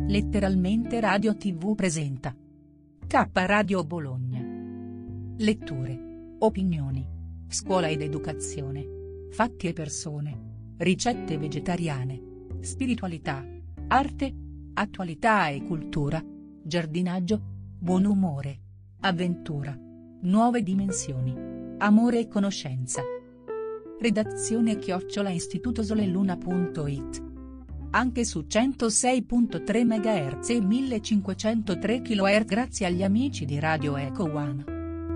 Letteralmente Radio TV presenta K Radio Bologna. Letture, opinioni, scuola ed educazione, fatti e persone, ricette vegetariane, spiritualità, arte, attualità e cultura, giardinaggio, buon umore, avventura, nuove dimensioni, amore e conoscenza. Redazione @istitutosoleluna.it. Anche su 106.3 MHz e 1503 kHz grazie agli amici di Radio Eco One.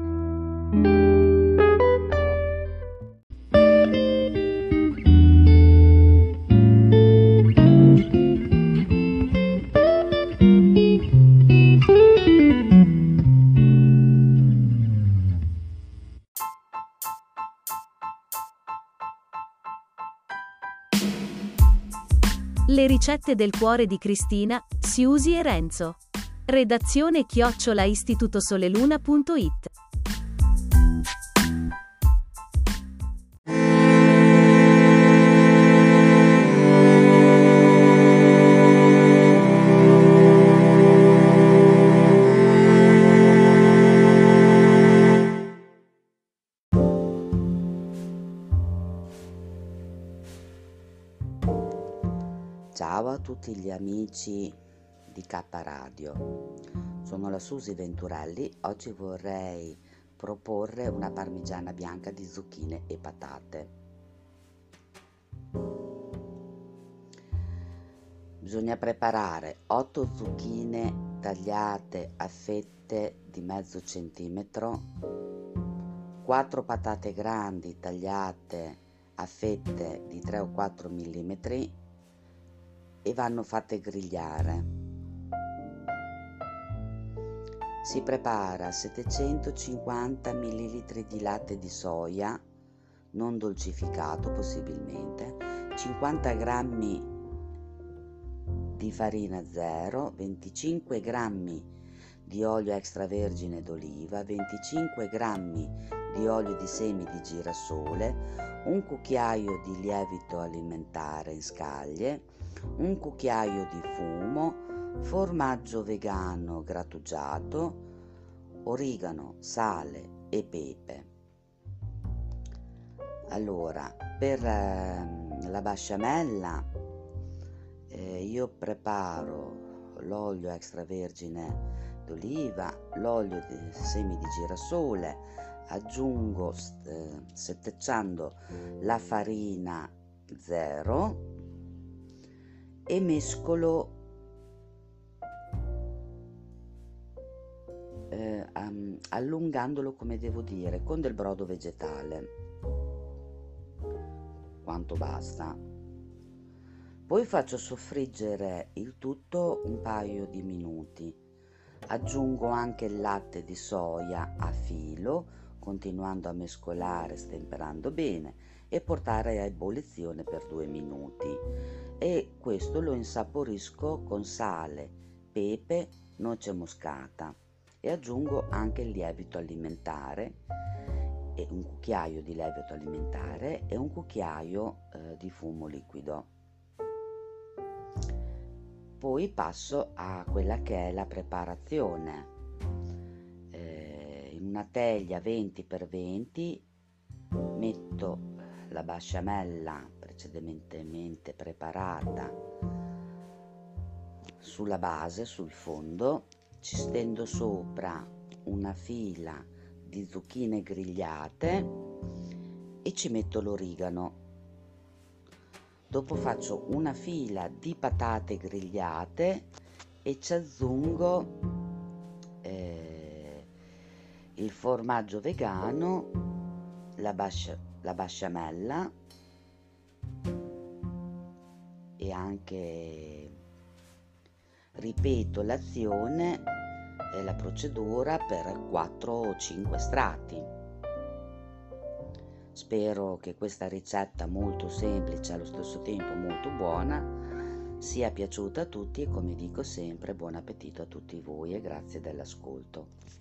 Le ricette del cuore di Cristina, Siusi e Renzo. Redazione @istitutosoleluna.it. Ciao a tutti gli amici di K Radio, sono la Susi Venturelli. Oggi vorrei proporre una parmigiana bianca di zucchine e patate. Bisogna preparare 8 zucchine tagliate a fette di mezzo centimetro, 4 patate grandi tagliate a fette di 3 o 4 mm e vanno fatte grigliare. Si prepara 750 ml di latte di soia, non dolcificato possibilmente, 50 g di farina zero, 25 g di olio extravergine d'oliva, 25 g di olio di semi di girasole, un cucchiaio di lievito alimentare in scaglie, un cucchiaio di fumo, formaggio vegano grattugiato, origano, sale e pepe. Allora, per la besciamella io preparo l'olio extravergine d'oliva, l'olio di semi di girasole, aggiungo setteggiando la farina zero e mescolo allungandolo, come devo dire, con del brodo vegetale, quanto basta. Poi faccio soffriggere il tutto un paio di minuti, aggiungo anche il latte di soia a filo, continuando a mescolare, stemperando bene e portare a ebollizione per 2 minuti, e questo lo insaporisco con sale, pepe, noce moscata e aggiungo anche il lievito alimentare, e un cucchiaio di lievito alimentare e un cucchiaio di fumo liquido. Poi passo a quella che è la preparazione. In una teglia 20x20 metto la besciamella precedentemente preparata sulla base, sul fondo, ci stendo sopra una fila di zucchine grigliate e ci metto l'origano. Dopo faccio una fila di patate grigliate e ci aggiungo il formaggio vegano, la besciamella e anche ripeto l'azione e la procedura per 4 o 5 strati. Spero che questa ricetta molto semplice e allo stesso tempo molto buona sia piaciuta a tutti, e come dico sempre, buon appetito a tutti voi e grazie dell'ascolto.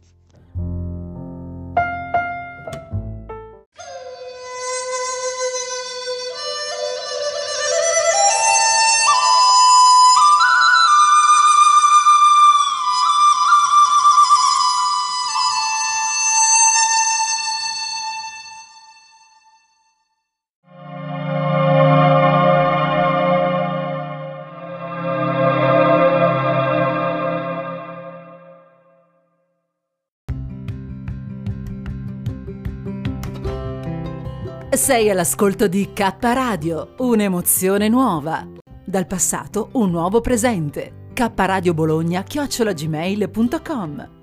Sei all'ascolto di K Radio, un'emozione nuova. Dal passato un nuovo presente. kradiobologna@gmail.com